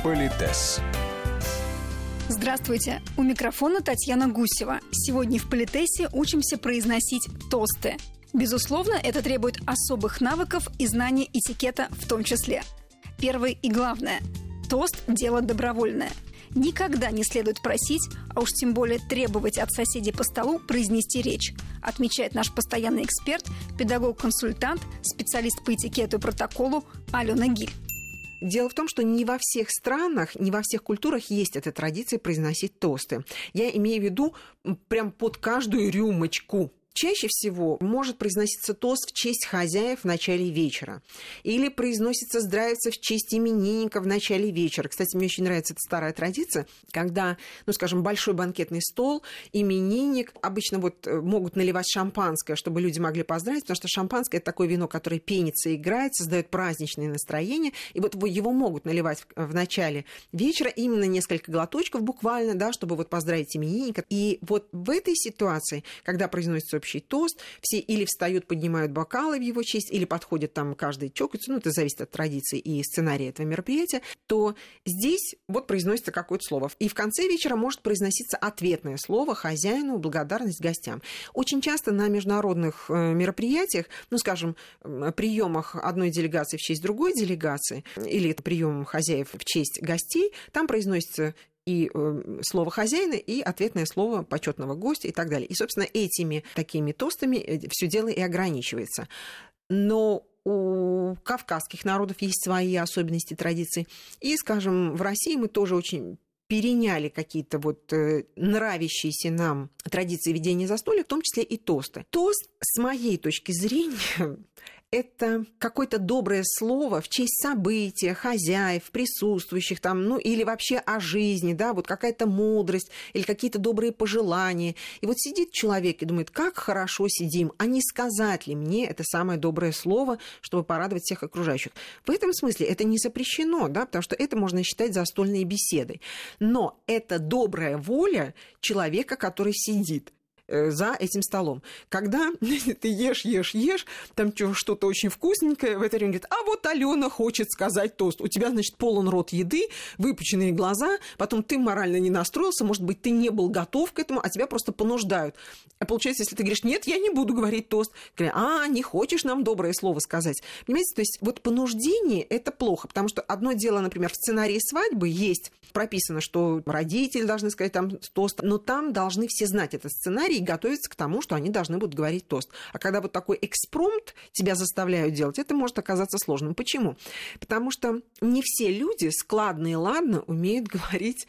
Политес. Здравствуйте! У микрофона Татьяна Гусева. Сегодня в Политесе учимся произносить тосты. Безусловно, это требует особых навыков и знаний этикета в том числе. Первое и главное – тост – дело добровольное. Никогда не следует просить, а уж тем более требовать от соседей по столу произнести речь, отмечает наш постоянный эксперт, педагог-консультант, специалист по этикету и протоколу Алена Гиль. Дело в том, что не во всех странах, не во всех культурах есть эта традиция произносить тосты. Я имею в виду прям под каждую рюмочку. Чаще всего может произноситься тост в честь хозяев в начале вечера. Или произносится «здравица» в честь именинника в начале вечера. Кстати, мне очень нравится эта старая традиция, когда, скажем, большой банкетный стол, именинник. Обычно могут наливать шампанское, чтобы люди могли поздравить, потому что шампанское – это такое вино, которое пенится и играет, создает праздничное настроение. И его могут наливать в начале вечера, именно несколько глоточков буквально, да, чтобы поздравить именинника. И в этой ситуации, когда произносится общий тост, все или встают, поднимают бокалы в его честь, или подходят там, каждый чокается, это зависит от традиции и сценария этого мероприятия, то здесь произносится какое-то слово. И в конце вечера может произноситься ответное слово хозяину, благодарность гостям. Очень часто на международных мероприятиях, скажем, приемах одной делегации в честь другой делегации, или приемом хозяев в честь гостей, там произносится и слово хозяина, и ответное слово почетного гостя и так далее. И, собственно, этими такими тостами все дело и ограничивается. Но у кавказских народов есть свои особенности, традиции. И, скажем, в России мы тоже очень переняли какие-то нравящиеся нам традиции ведения застолья, в том числе и тосты. Тост, с моей точки зрения, это какое-то доброе слово в честь события, хозяев, присутствующих там, или вообще о жизни, да, какая-то мудрость или какие-то добрые пожелания. И сидит человек и думает, как хорошо сидим, а не сказать ли мне это самое доброе слово, чтобы порадовать всех окружающих. В этом смысле это не запрещено, да, потому что это можно считать застольной беседой. Но это добрая воля человека, который сидит за этим столом. Когда ты ешь, там что-то очень вкусненькое, в это время говорит, Алена хочет сказать тост. У тебя, полон рот еды, выпученные глаза, потом ты морально не настроился, может быть, ты не был готов к этому, а тебя просто понуждают. А получается, если ты говоришь, нет, я не буду говорить тост, говорят, не хочешь нам доброе слово сказать. Понимаете, то есть понуждение – это плохо, потому что одно дело, например, в сценарии свадьбы есть прописано, что родители должны сказать там тост, но там должны все знать этот сценарий и готовиться к тому, что они должны будут говорить тост. А когда такой экспромт тебя заставляют делать, это может оказаться сложным. Почему? Потому что не все люди складно и ладно умеют говорить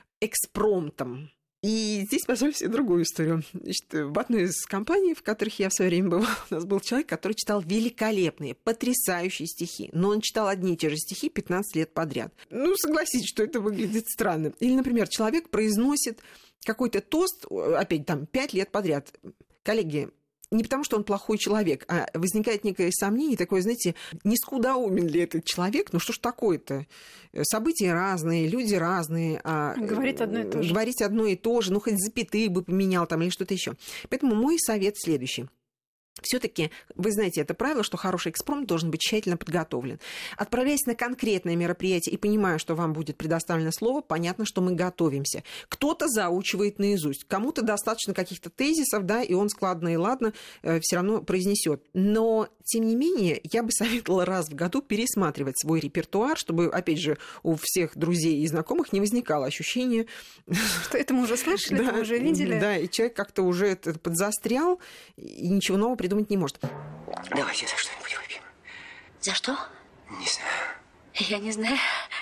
экспромтом. И здесь позвольте себе другую историю. В одной из компаний, в которых я в свое время была, у нас был человек, который читал великолепные, потрясающие стихи. Но он читал одни и те же стихи 15 лет подряд. Согласитесь, что это выглядит странно. Или, например, человек произносит какой-то тост, опять 5 лет подряд. Коллеги, не потому, что он плохой человек, а возникает некое сомнение, такое, знаете, не скудоумен ли этот человек, что ж такое-то? События разные, люди разные. Говорит одно и то же. Говорить одно и то же, хоть запятые бы поменял или что-то еще. Поэтому мой совет следующий. Все-таки, вы знаете это правило, что хороший экспромт должен быть тщательно подготовлен. Отправляясь на конкретное мероприятие и понимая, что вам будет предоставлено слово, понятно, что мы готовимся. Кто-то заучивает наизусть, кому-то достаточно каких-то тезисов, да, и он складно и ладно все равно произнесет. Но, тем не менее, я бы советовала раз в году пересматривать свой репертуар, чтобы, опять же, у всех друзей и знакомых не возникало ощущения, что это мы уже слышали, это мы уже видели. Да, и человек как-то уже подзастрял, и ничего нового придумать не может. Давайте за что-нибудь выпьем. За что? Не знаю. Я не знаю.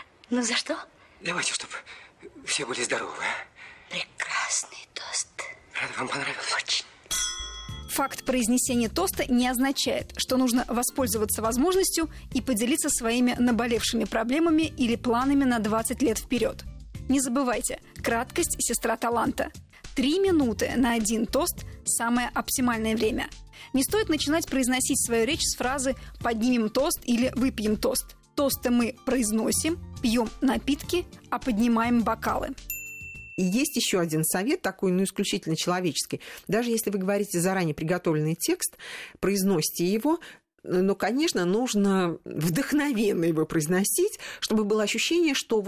За что? Давайте, чтобы все были здоровы. Прекрасный тост. Рада, вам понравилось? Очень. Факт произнесения тоста не означает, что нужно воспользоваться возможностью и поделиться своими наболевшими проблемами или планами на 20 лет вперед. Не забывайте, краткость – сестра таланта. 3 минуты на один тост – самое оптимальное время. Не стоит начинать произносить свою речь с фразы «поднимем тост» или «выпьем тост». Тосты мы произносим, пьем напитки, а поднимаем бокалы. И есть еще один совет, такой, исключительно человеческий. Даже если вы говорите заранее приготовленный текст, произносите его, но, конечно, нужно вдохновенно его произносить, чтобы было ощущение, что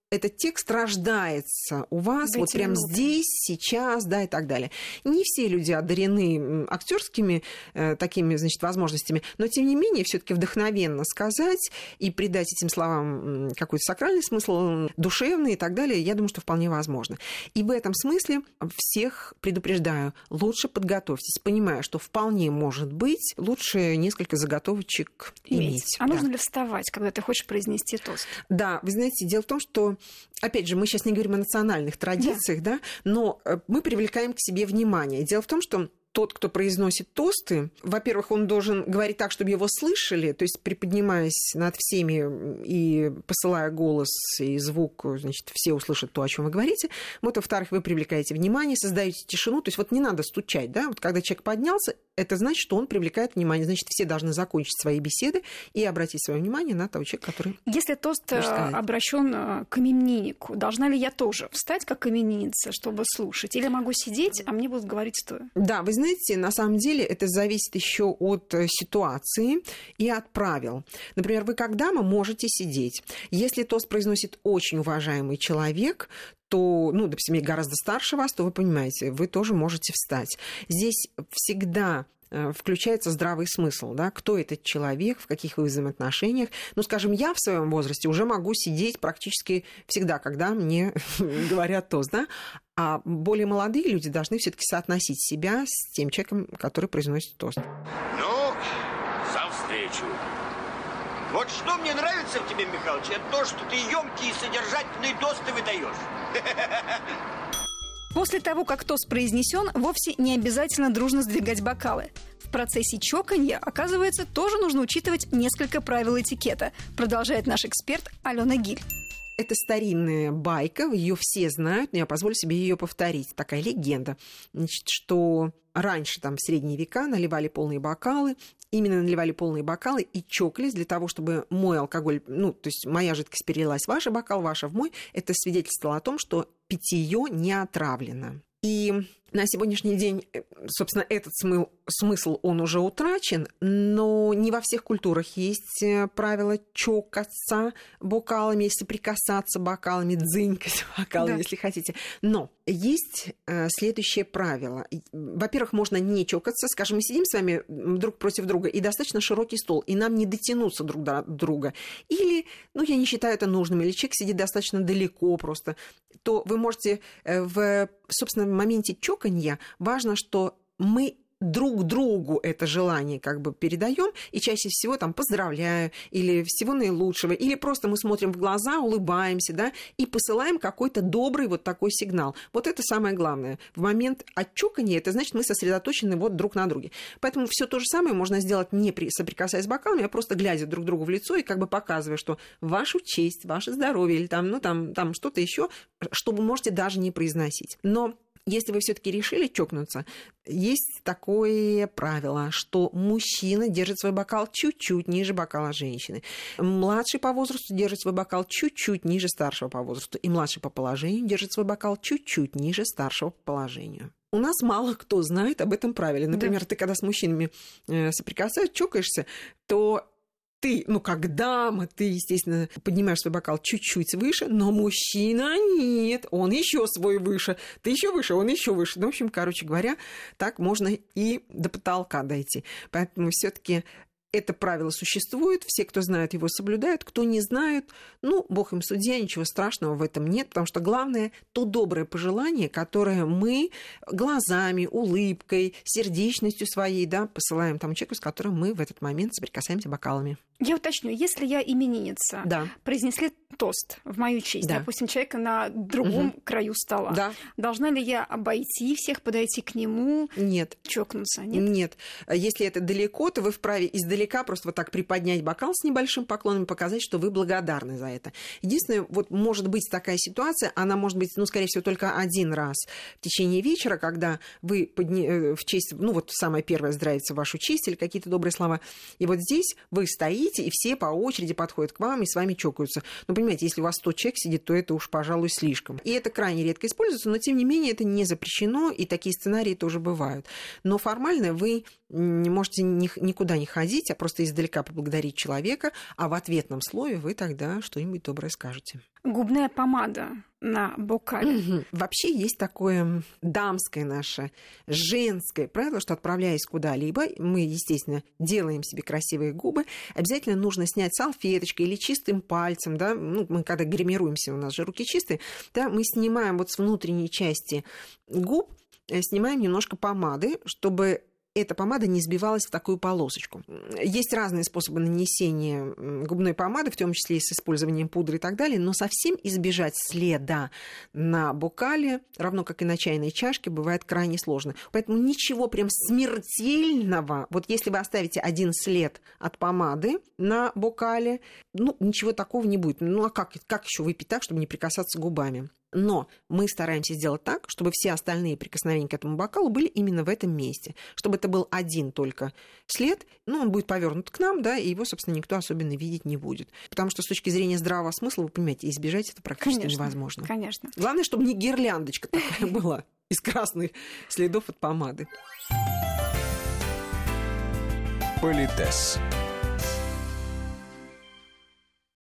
этот текст рождается у вас вот прямо здесь, сейчас, да, и так далее. Не все люди одарены актерскими такими, значит, возможностями, но, тем не менее, все-таки вдохновенно сказать и придать этим словам какой-то сакральный смысл, душевный и так далее, я думаю, что вполне возможно. И в этом смысле всех предупреждаю, лучше подготовьтесь, понимая, что вполне может быть, лучше несколько заготовочек иметь. А нужно ли вставать, когда ты хочешь произнести тост? Да, вы знаете, дело в том, что, опять же, мы сейчас не говорим о национальных традициях, да, но мы привлекаем к себе внимание. Дело в том, что тот, кто произносит тосты, во-первых, он должен говорить так, чтобы его слышали, то есть приподнимаясь над всеми и посылая голос и звук, значит, все услышат то, о чем вы говорите. Вот, во-вторых, вы привлекаете внимание, создаете тишину, то есть вот не надо стучать, да, вот когда человек поднялся, это значит, что он привлекает внимание, значит, все должны закончить свои беседы и обратить свое внимание на того человека, который... Если тост обращен к имениннику, должна ли я тоже встать как именинница, чтобы слушать, или могу сидеть, а мне будут говорить стоя? Да, вы знаете, на самом деле это зависит еще от ситуации и от правил. Например, вы как дама можете сидеть. Если тост произносит очень уважаемый человек, то, ну, допустим, гораздо старше вас, то вы понимаете, вы тоже можете встать. Здесь всегда включается здравый смысл, да, кто этот человек, в каких вы взаимоотношениях. Ну, скажем, я в своем возрасте уже могу сидеть практически всегда, когда мне говорят тост, да, а более молодые люди должны все-таки соотносить себя с тем человеком, который произносит тост. Ну, за встречу. Вот что мне нравится в тебе, Михалыч, это то, что ты ёмкие и содержательные тосты выдаешь. После того, как тост произнесен, вовсе не обязательно дружно сдвигать бокалы. В процессе чоканья, оказывается, тоже нужно учитывать несколько правил этикета, продолжает наш эксперт Алена Гиль. Это старинная байка, ее все знают, но я позволю себе ее повторить. Такая легенда, значит, что раньше, там, в средние века наливали полные бокалы, именно наливали полные бокалы и чокались для того, чтобы мой алкоголь, ну, то есть моя жидкость перелилась в ваш бокал, ваша в мой. Это свидетельствовало о том, что питье не отравлено. И на сегодняшний день, собственно, этот смысл, он уже утрачен, но не во всех культурах есть правило чокаться бокалами, если прикасаться бокалами, дзынькать бокалами, да, если хотите. Но есть следующее правило. Во-первых, можно не чокаться. Скажем, мы сидим с вами друг против друга, и достаточно широкий стол, и нам не дотянуться друг до друга. Или, ну, я не считаю это нужным, или человек сидит достаточно далеко просто, то вы можете в моменте чоканья важно, что мы друг другу это желание как бы передаем, и чаще всего там поздравляю, или всего наилучшего, или просто мы смотрим в глаза, улыбаемся, да, и посылаем какой-то добрый вот такой сигнал. Вот это самое главное. В момент отчокания это значит, мы сосредоточены вот друг на друге. Поэтому все то же самое можно сделать не соприкасаясь с бокалами, а просто глядя друг другу в лицо и как бы показывая, что вашу честь, ваше здоровье или там что-то еще, что вы можете даже не произносить. Но если вы все-таки решили чокнуться, есть такое правило, что мужчина держит свой бокал чуть-чуть ниже бокала женщины. Младший по возрасту держит свой бокал чуть-чуть ниже старшего по возрасту. И младший по положению держит свой бокал чуть-чуть ниже старшего по положению. У нас мало кто знает об этом правиле. Например, ты когда с мужчинами соприкасаешься, чокаешься, то ты, ну, как дама, ты, естественно, поднимаешь свой бокал чуть-чуть выше, но мужчина нет, он еще свой выше, ты еще выше, он еще выше. Ну, в общем, короче говоря, так можно и до потолка дойти. Поэтому все-таки это правило существует, все, кто знает, его соблюдают, кто не знает, ну, бог им судья, ничего страшного в этом нет, потому что главное то доброе пожелание, которое мы глазами, улыбкой, сердечностью своей, да, посылаем тому человеку, с которым мы в этот момент соприкасаемся бокалами. Я уточню, если я именинница, да, произнесли тост в мою честь, да, допустим, человека на другом краю стола, да, должна ли я обойти всех, подойти к нему? Нет. Чокнуться? Нет? Нет. Если это далеко, то вы вправе издалека просто вот так приподнять бокал с небольшим поклоном и показать, что вы благодарны за это. Единственное, вот может быть такая ситуация, она может быть, ну, скорее всего, только один раз в течение вечера, когда вы в честь, ну, вот самое первое здравится в вашу честь или какие-то добрые слова, и вот здесь вы стоите, и все по очереди подходят к вам и с вами чокаются. Но, понимаете, если у вас 100 человек сидит, то это уж, пожалуй, слишком. И это крайне редко используется, но, тем не менее, это не запрещено, и такие сценарии тоже бывают. Но формально вы не можете никуда не ходить, а просто издалека поблагодарить человека, а в ответном слове вы тогда что-нибудь доброе скажете. Губная помада на бокале. Вообще есть такое дамское наше, женское правило, что, отправляясь куда-либо, мы, естественно, делаем себе красивые губы, обязательно нужно снять салфеточкой или чистым пальцем, да, ну, мы когда гримируемся, у нас же руки чистые, да, мы снимаем вот с внутренней части губ, снимаем немножко помады, чтобы эта помада не сбивалась в такую полосочку. Есть разные способы нанесения губной помады, в том числе и с использованием пудры и так далее, но совсем избежать следа на бокале, равно как и на чайной чашке, бывает крайне сложно. Поэтому ничего прям смертельного. Вот если вы оставите один след от помады на бокале, ну, ничего такого не будет. Ну, а как еще выпить так, чтобы не прикасаться губами? Но мы стараемся сделать так, чтобы все остальные прикосновения к этому бокалу были именно в этом месте. Чтобы это был один только след, ну, он будет повернут к нам, да, и его, собственно, никто особенно видеть не будет. Потому что с точки зрения здравого смысла, вы понимаете, избежать это практически невозможно. Конечно. Главное, чтобы не гирляндочка такая была из красных следов от помады. Политес.